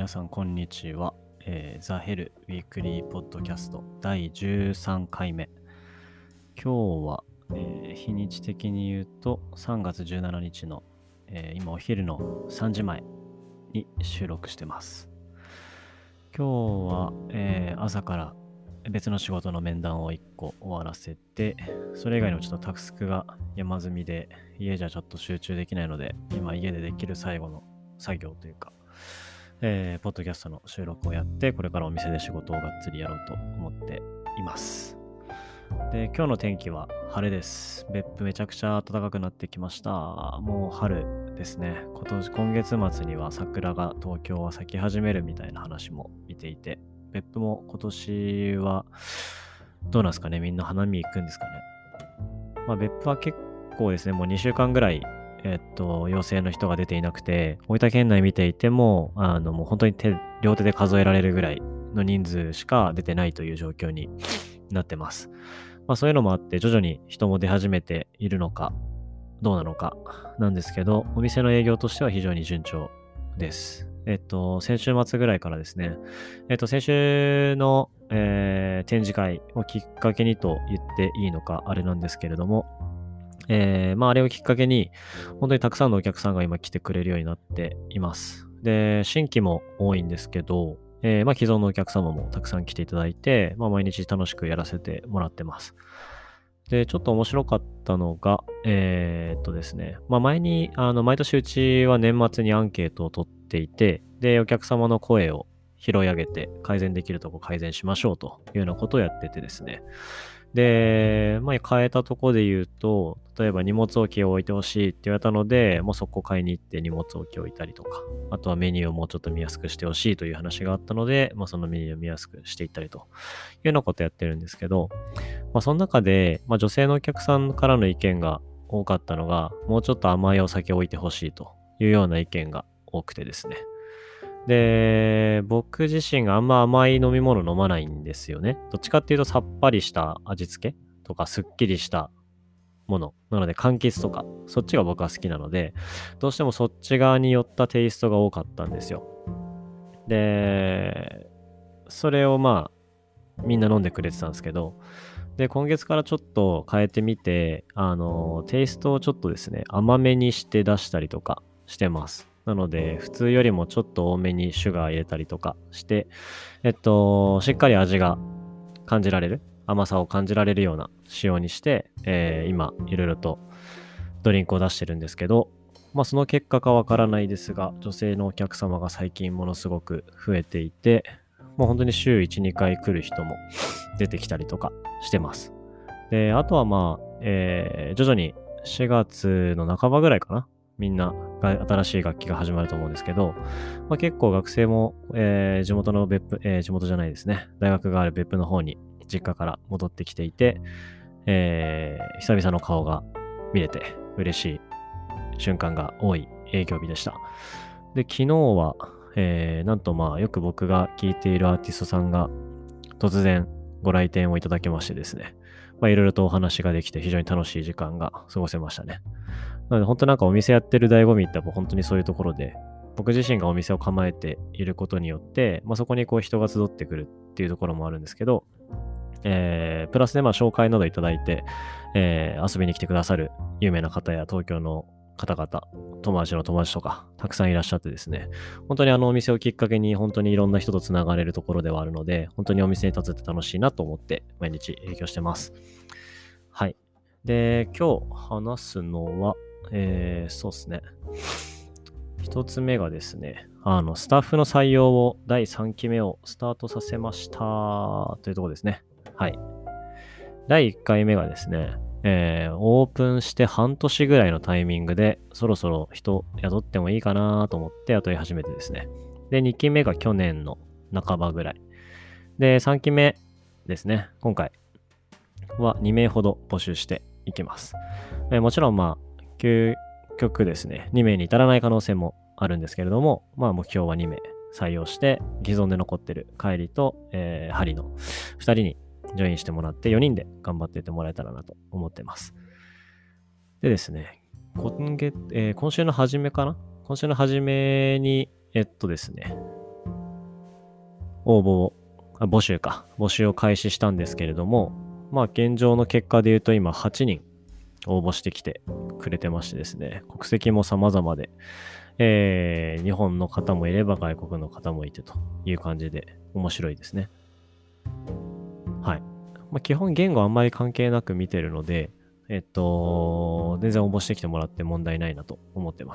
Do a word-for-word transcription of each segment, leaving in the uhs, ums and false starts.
皆さんこんにちは、えー、ザ・ヘルウィークリーポッドキャストだいじゅうさんかいめ。今日は、えー、日にち的に言うとさんがつじゅうしちにちの、えー、今お昼のさんじまえに収録してます。今日は、えー、朝から別の仕事の面談をいっこ終わらせて、それ以外にもちょっとタスクが山積みで家じゃちょっと集中できないので、今家でできる最後の作業というか、えー、ポッドキャストの収録をやって、これからお店で仕事をがっつりやろうと思っています。で、今日の天気は晴れです。別府めちゃくちゃ暖かくなってきました。もう春ですね。今年、今月末には桜が東京は咲き始めるみたいな話も見ていて、別府も今年はどうなんですかね。みんな花見行くんですかね。まあ別府は結構ですね、もうにしゅうかんぐらいえっと、陽性の人が出ていなくて、大分県内見ていても、あの、もう本当に手、両手で数えられるぐらいの人数しか出てないという状況になってます。まあそういうのもあって、徐々に人も出始めているのか、どうなのかなんですけど、お店の営業としては非常に順調です。えっと、先週末ぐらいからですね、えっと、先週の、えー展示会をきっかけにと言っていいのか、あれなんですけれども、えー、まああれをきっかけに、本当にたくさんのお客さんが今来てくれるようになっています。で、新規も多いんですけど、えー、まあ既存のお客様もたくさん来ていただいて、まあ毎日楽しくやらせてもらってます。で、ちょっと面白かったのが、えー、っとですね、まあ前に、あの、毎年うちは年末にアンケートを取っていて、で、お客様の声を拾い上げて改善できるとこ改善しましょうというようなことをやっててですね。で、まあ、変えたとこで言うと、例えば荷物置きを置いてほしいって言われたので、もうそこ買いに行って荷物置きを置いたりとか、あとはメニューをもうちょっと見やすくしてほしいという話があったので、まあ、そのメニューを見やすくしていったりというようなことをやってるんですけど、まあ、その中で、まあ、女性のお客さんからの意見が多かったのが、もうちょっと甘いお酒を置いてほしいというような意見が多くてですね。で、僕自身があんま甘い飲み物飲まないんですよね。どっちかっていうとさっぱりした味付けとかすっきりしたもの。なので柑橘とか、そっちが僕は好きなので、どうしてもそっち側に寄ったテイストが多かったんですよ。で、それをまあ、みんな飲んでくれてたんですけど、で、今月からちょっと変えてみて、あの、テイストをちょっとですね、甘めにして出したりとかしてます。なので、普通よりもちょっと多めにシュガー入れたりとかして、えっと、しっかり味が感じられる、甘さを感じられるような仕様にして、えー今、いろいろとドリンクを出してるんですけど、まあその結果かわからないですが、女性のお客様が最近ものすごく増えていて、もう本当に週いち、にかい来る人も出てきたりとかしてます。で、あとはまあ、えー徐々にしがつの半ばぐらいかな。みんなが新しい学期が始まると思うんですけど、まあ、結構学生も、えー地元の別府、えー地元じゃないですね。大学がある別府の方に実家から戻ってきていて、えー久々の顔が見れて嬉しい瞬間が多い営業日でした。で、昨日は、えーなんとまあよく僕が聴いているアーティストさんが突然ご来店をいただきましてですね、まあいろいろとお話ができて非常に楽しい時間が過ごせましたね。なので本当なんかお店やってる醍醐味って本当にそういうところで、僕自身がお店を構えていることによって、まあそこにこう人が集ってくるっていうところもあるんですけど、えープラスでまあ紹介などいただいて、えー遊びに来てくださる有名な方や東京の方々、友達の友達とかたくさんいらっしゃってですね、本当にあのお店をきっかけに本当にいろんな人とつながれるところではあるので、本当にお店に立つって楽しいなと思って毎日営業してます。はい。で、今日話すのは、えー、そうですね。一つ目がですね、あの、スタッフの採用をだいさんきめをスタートさせましたというところですね。はい。だいいっかいめがですね、えーオープンして半年ぐらいのタイミングで、そろそろ人雇ってもいいかなと思って雇い始めてですね。で、にきめが去年の半ばぐらい。で、さんきめですね、今回はにめいほど募集していきます。えーもちろんまあ、究極ですね、にめいに至らない可能性もあるんですけれども、まあ目標はにめい採用して、既存で残ってる帰りと、えー、針のふたりにジョインしてもらってよにんで頑張っていってもらえたらなと思ってます。でですね、今月、えー今週の初めかな今週の初めに、えっとですね、 応募を、あ募集か、募集を開始したんですけれども、まあ現状の結果で言うと今はちにん応募してきてくれてましてですね、国籍も様々で、えー、日本の方もいれば外国の方もいてという感じで面白いですね。はい。まあ、基本言語あんまり関係なく見てるので、えっと、全然応募してきてもらって問題ないなと思ってます。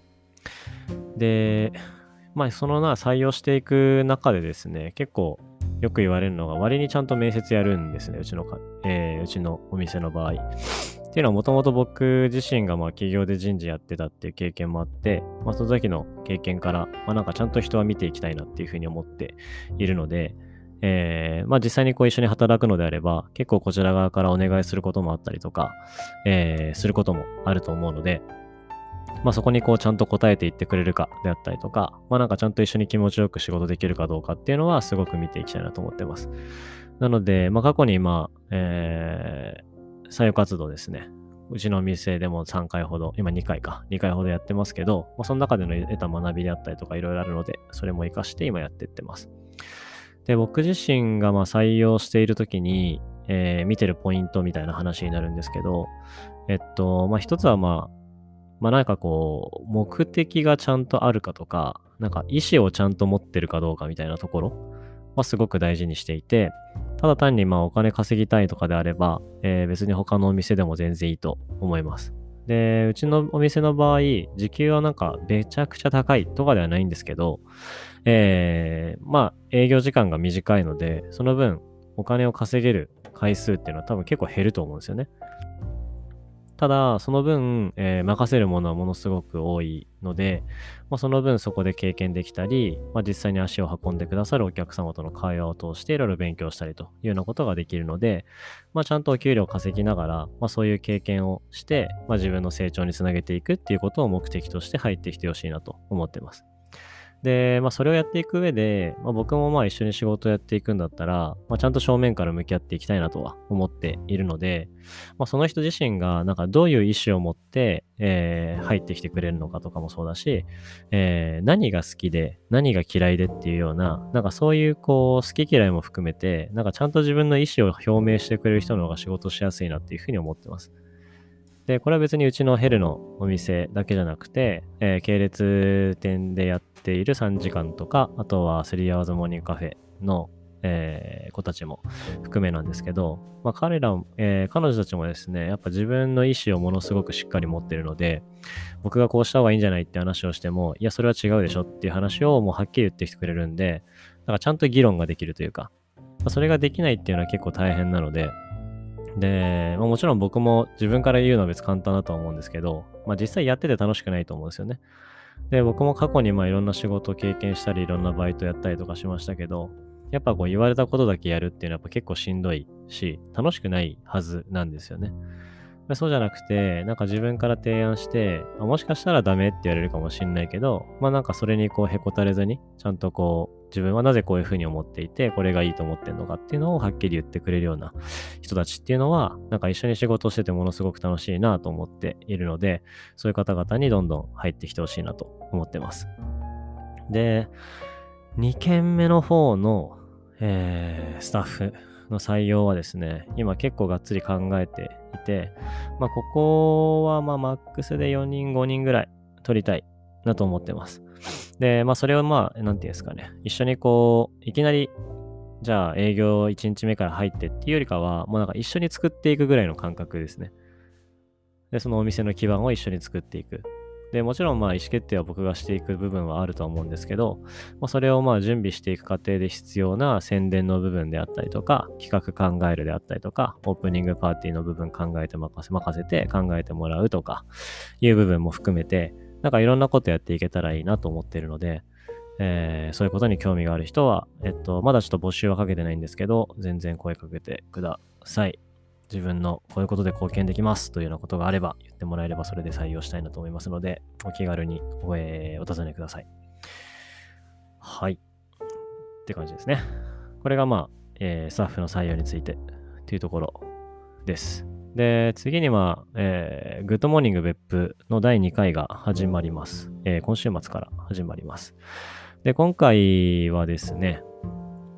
で、まあ、そのな、採用していく中でですね、結構よく言われるのが、割にちゃんと面接やるんですね、うちのか、えーうちのお店の場合。っていうのはもともと僕自身がまあ企業で人事やってたっていう経験もあって、まあ、その時の経験から、まあ、なんかちゃんと人は見ていきたいなっていうふうに思っているので、えーまあ、実際にこう一緒に働くのであれば、結構こちら側からお願いすることもあったりとか、えーすることもあると思うので、まあ、そこにこうちゃんと答えていってくれるかであったりとか、まあ、なんかちゃんと一緒に気持ちよく仕事できるかどうかっていうのはすごく見ていきたいなと思ってます。なので、まあ、過去にまあ、えー採用活動ですね。うちのお店でもさんかいほど、今にかいか、にかいほどやってますけど、まあ、その中での得た学びであったりとかいろいろあるので、それも活かして今やっていってます。で、僕自身がまあ採用しているときに、えー見てるポイントみたいな話になるんですけど、えっと、まあ一つはまあ、まあなんかこう、目的がちゃんとあるかとか、なんか意思をちゃんと持ってるかどうかみたいなところはすごく大事にしていて、ただ単にまあお金稼ぎたいとかであれば、えー別に他のお店でも全然いいと思います。で、うちのお店の場合、時給はなんかめちゃくちゃ高いとかではないんですけど、えーまあ営業時間が短いので、その分お金を稼げる回数っていうのは多分結構減ると思うんですよね。ただ、その分、えー任せるものはものすごく多いので、まあ、その分そこで経験できたり、まあ、実際に足を運んでくださるお客様との会話を通していろいろ勉強したりというようなことができるので、まあ、ちゃんとお給料を稼ぎながら、まあ、そういう経験をして、まあ、自分の成長につなげていくっていうことを目的として入ってきてほしいなと思ってます。で、まあ、それをやっていく上で、まあ、僕もまあ一緒に仕事をやっていくんだったら、まあ、ちゃんと正面から向き合っていきたいなとは思っているので、まあ、その人自身がなんかどういう意思を持って、えー入ってきてくれるのかとかもそうだし、えー何が好きで何が嫌いでっていうような、なんかそういうこう好き嫌いも含めて、なんかちゃんと自分の意思を表明してくれる人の方が仕事しやすいなっていうふうに思ってます。で、これは別にうちのヘルのお店だけじゃなくて、えー系列店でやっているさんじかんとか、あとはスリーアワーズモーニングカフェの、えー子たちも含めなんですけど、まあ、彼ら、えー彼女たちもですね、やっぱ自分の意思をものすごくしっかり持ってるので、僕がこうした方がいいんじゃないって話をしても、いや、それは違うでしょっていう話をもうはっきり言ってきてくれるんで、だからちゃんと議論ができるというか、まあそれができないっていうのは結構大変なので、で、まあ、もちろん僕も自分から言うのは別に簡単だとは思うんですけど、まあ、実際やってて楽しくないと思うんですよね。で、僕も過去にまあいろんな仕事を経験したり、いろんなバイトやったりとかしましたけど、やっぱこう言われたことだけやるっていうのはやっぱ結構しんどいし、楽しくないはずなんですよね。でそうじゃなくて、なんか自分から提案して、あもしかしたらダメって言われるかもしんないけど、まあなんかそれにこうへこたれずに、ちゃんとこう自分はなぜこういうふうに思っていて、これがいいと思ってんのかっていうのをはっきり言ってくれるような人たちっていうのは、なんか一緒に仕事をしててものすごく楽しいなと思っているので、そういう方々にどんどん入ってきてほしいなと思ってます。で、に軒目の方の、えースタッフの採用はですね、今結構がっつり考えていて、まあ、ここはまあマックスでよにんごにんぐらい取りたいなと思ってます。で、まあそれをまあ、なんていうんですかね、一緒にこう、いきなり、じゃあ営業いちにちめから入ってっていうよりかは、もうなんか一緒に作っていくぐらいの感覚ですね。で、そのお店の基盤を一緒に作っていく。で、もちろんまあ意思決定は僕がしていく部分はあるとは思うんですけど、まあ、それをまあ準備していく過程で必要な宣伝の部分であったりとか、企画考えるであったりとか、オープニングパーティーの部分考えて任せ、任せて考えてもらうとかいう部分も含めて、なんかいろんなことやっていけたらいいなと思っているので、えーそういうことに興味がある人は、えっと、まだちょっと募集はかけてないんですけど、全然声かけてください。自分のこういうことで貢献できますというようなことがあれば言ってもらえればそれで採用したいなと思いますので、お気軽にお,、えーお尋ねください。はい。って感じですね。これがまあ、えースタッフの採用についてというところです。で、次には、えー、グッドモーニング別府のだいにかいが始まります。えー今週末から始まります。で、今回はですね、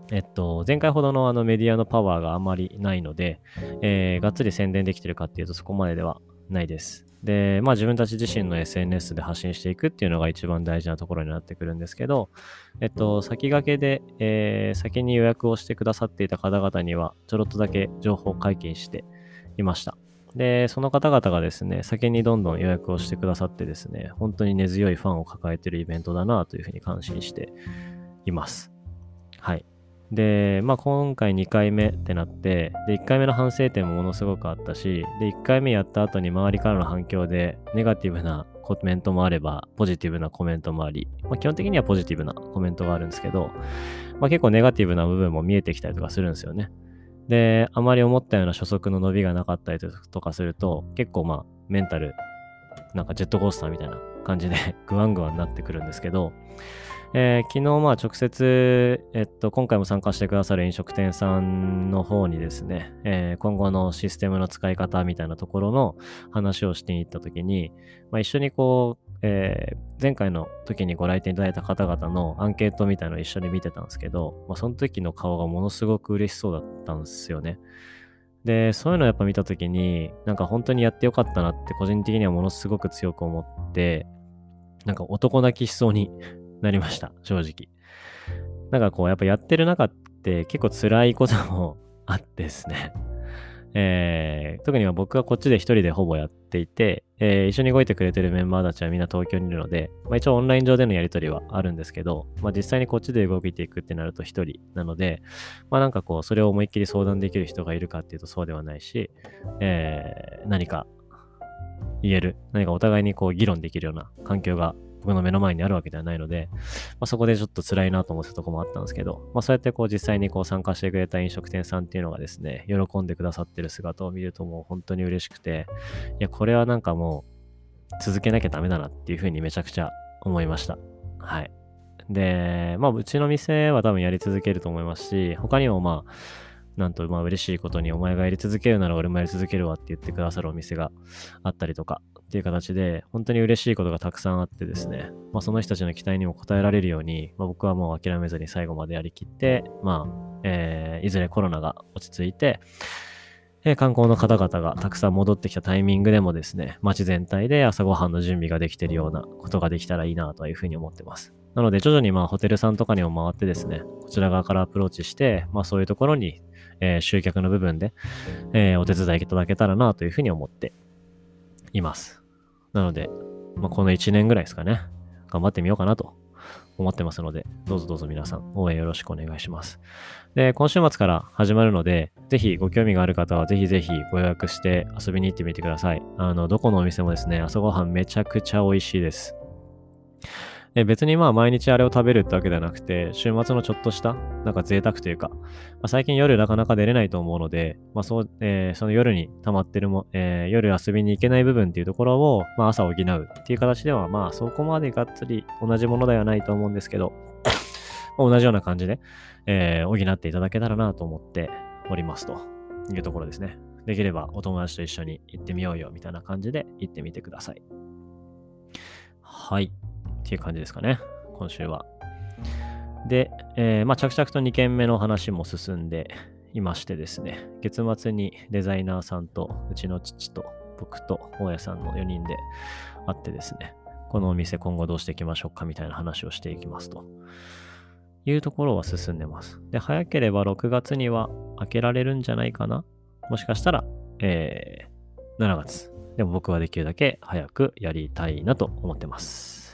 えっと、前回ほどのあのメディアのパワーがあまりないので、えーがっつり宣伝できてるかっていうとそこまでではないです。で、まあ自分たち自身の エスエヌエス で発信していくっていうのが一番大事なところになってくるんですけど、えっと、先駆けで、えー先に予約をしてくださっていた方々には、ちょろっとだけ情報解禁していました。で、その方々がですね、先にどんどん予約をしてくださってですね、本当に根強いファンを抱えているイベントだなというふうに感心しています。はい。で、まあ今回にかいめってなって、で、いっかいめの反省点もものすごくあったし、で、いっかいめやった後に周りからの反響で、ネガティブなコメントもあれば、ポジティブなコメントもあり、まあ基本的にはポジティブなコメントがあるんですけど、まあ結構ネガティブな部分も見えてきたりとかするんですよね。で、あまり思ったような初速の伸びがなかったりとかすると、結構まあメンタル、なんかジェットコースターみたいな感じでグワングワンになってくるんですけど、えー昨日まあ直接、えっと、今回も参加してくださる飲食店さんの方にですね、えー今後のシステムの使い方みたいなところの話をしていったときに、まあ、一緒にこう、えー前回の時にご来店いただいた方々のアンケートみたいなのを一緒に見てたんですけど、まあ、その時の顔がものすごく嬉しそうだったんですよね。で、そういうのをやっぱ見た時に、なんか本当にやってよかったなって個人的にはものすごく強く思って、なんか男泣きしそうになりました、正直。なんかこう、やっぱやってる中って結構辛いこともあってですね。えー、特には僕はこっちで一人でほぼやっていて、えー一緒に動いてくれてるメンバーたちはみんな東京にいるので、まあ、一応オンライン上でのやり取りはあるんですけど、まあ、実際にこっちで動いていくってなると一人なので、まあなんかこう、それを思いっきり相談できる人がいるかっていうとそうではないし、えー何か言える、何かお互いにこう議論できるような環境が僕の目の前にあるわけではないので、まあ、そこでちょっと辛いなと思ってたところもあったんですけど、まあ、そうやってこう実際にこう参加してくれた飲食店さんっていうのがですね、喜んでくださってる姿を見るともう本当に嬉しくて、いや、これはなんかもう続けなきゃダメだなっていうふうにめちゃくちゃ思いました。はい。で、まあ、うちの店は多分やり続けると思いますし、他にもまあ、なんとまあ嬉しいことにお前がやり続けるなら俺もやり続けるわって言ってくださるお店があったりとかっていう形で、本当に嬉しいことがたくさんあってですね、まあその人たちの期待にも応えられるように、まあ僕はもう諦めずに最後までやりきって、まあ、えーいずれコロナが落ち着いて、えー観光の方々がたくさん戻ってきたタイミングでもですね、街全体で朝ごはんの準備ができているようなことができたらいいなというふうに思ってます。なので徐々にまあホテルさんとかにも回ってですね、こちら側からアプローチして、まあそういうところに、えー集客の部分で、えーお手伝いいただけたらなというふうに思っています。なので、まあ、このいちねんぐらいですかね、頑張ってみようかなと思ってますので、どうぞどうぞ皆さん応援よろしくお願いします。で、今週末から始まるので、ぜひご興味がある方はぜひぜひご予約して遊びに行ってみてください。あの、どこのお店もですね、朝ごはんめちゃくちゃ美味しいです。で別にまあ毎日あれを食べるってわけではなくて、週末のちょっとした、なんか贅沢というか、まあ、最近夜なかなか出れないと思うので、まあそう、えーその夜に溜まってるも、えー夜遊びに行けない部分っていうところを、まあ朝補うっていう形では、まあそこまでがっつり同じものではないと思うんですけど、まあ同じような感じで、えー補っていただけたらなと思っておりますというところですね。できればお友達と一緒に行ってみようよみたいな感じで行ってみてください。はい。っていう感じですかね。今週は。で、えーまあ、着々とにけんめの話も進んでいましてですね、月末にデザイナーさんと、うちの父と、僕と大家さんのよにんで会ってですね、このお店今後どうしていきましょうかみたいな話をしていきますというところは進んでます。で、早ければろくがつには開けられるんじゃないかな。もしかしたら、えー、しちがつ。でも僕はできるだけ早くやりたいなと思ってます。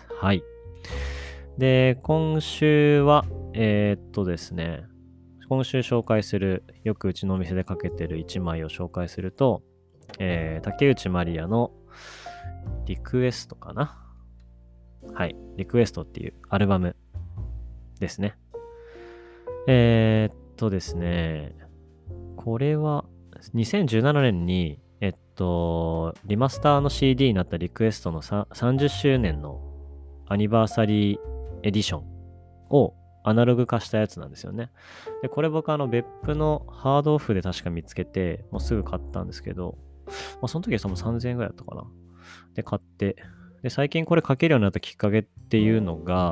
はい。で、今週は、えーっとですね、今週紹介する、よくうちのお店でかけてるいちまいを紹介すると、えー、竹内まりやのリクエストかな。はい、リクエストっていうアルバムですね。えーっとですね、これはにせんじゅうななねんに、えっと、リマスターの シーディー になったリクエストのささんじゅっしゅうねんのアニバーサリーエディションをアナログ化したやつなんですよね。で、これ僕あの別府のハードオフで確か見つけて、もうすぐ買ったんですけど、まあ、その時は多分さんぜんえんぐらいだったかな。で、買って、で、最近これ書けるようになったきっかけっていうのが、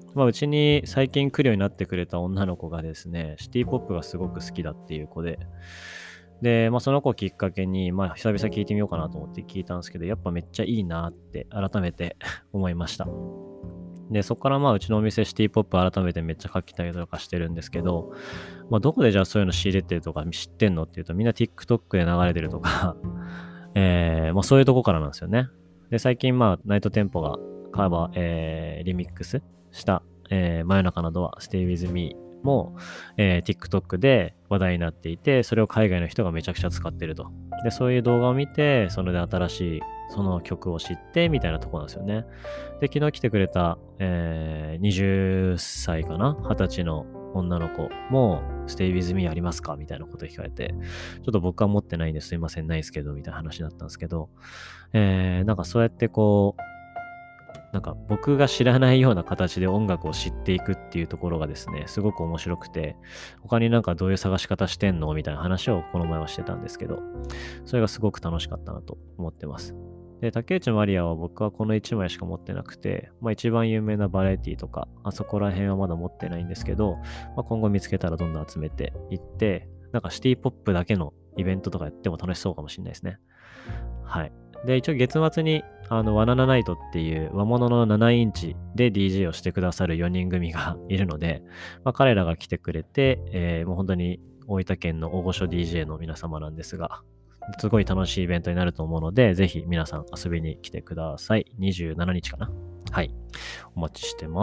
まあ、うちに最近来るようになってくれた女の子がですね、シティポップがすごく好きだっていう子で、で、まあ、その子をきっかけに、まあ、久々聞いてみようかなと思って聞いたんですけど、やっぱめっちゃいいなって改めて思いました。で、そこからまあ、うちのお店シティポップ改めてめっちゃ書きたりとかしてるんですけど、まあ、どこでじゃあそういうの仕入れてるとか知ってんのっていうと、みんな TikTok で流れてるとか、えー、まあ、そういうとこからなんですよね。で、最近まあ、ナイトテンポがカバー、えー、リミックスした、えー、真夜中のドア、Stay With Me も、えー、TikTok で話題になっていて、それを海外の人がめちゃくちゃ使ってると。で、そういう動画を見て、それで新しいその曲を知って、みたいなところなんですよね。で、昨日来てくれた、えー、はたちかな ?はたちの女の子も、Stay With Me ありますかみたいなこと聞かれて、ちょっと僕は持ってないんですいません、ないですけど、みたいな話だったんですけど、えー、なんかそうやってこう、なんか僕が知らないような形で音楽を知っていくっていうところがですね、すごく面白くて、他になんかどういう探し方してんのみたいな話をこの前はしてたんですけど、それがすごく楽しかったなと思ってます。で、竹内まりやは僕はこのいちまいしか持ってなくて、まあ一番有名なバラエティとか、あそこら辺はまだ持ってないんですけど、まあ、今後見つけたらどんどん集めていって、なんかシティポップだけのイベントとかやっても楽しそうかもしれないですね。はい。で、一応月末に、あの、ワナナナイトっていう和物のななインチで ディージェー をしてくださるよにん組がいるので、まあ、彼らが来てくれて、えーもう本当に大分県の大御所 ディージェー の皆様なんですが、すごい楽しいイベントになると思うので、ぜひ皆さん遊びに来てください。にじゅうしちにちかな。はい。お待ちしてます。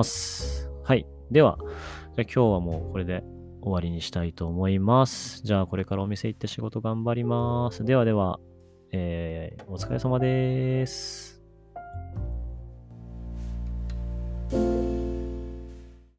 はい。では、じゃあ今日はもうこれで終わりにしたいと思います。じゃあこれからお店行って仕事頑張ります。ではでは、えーお疲れ様です。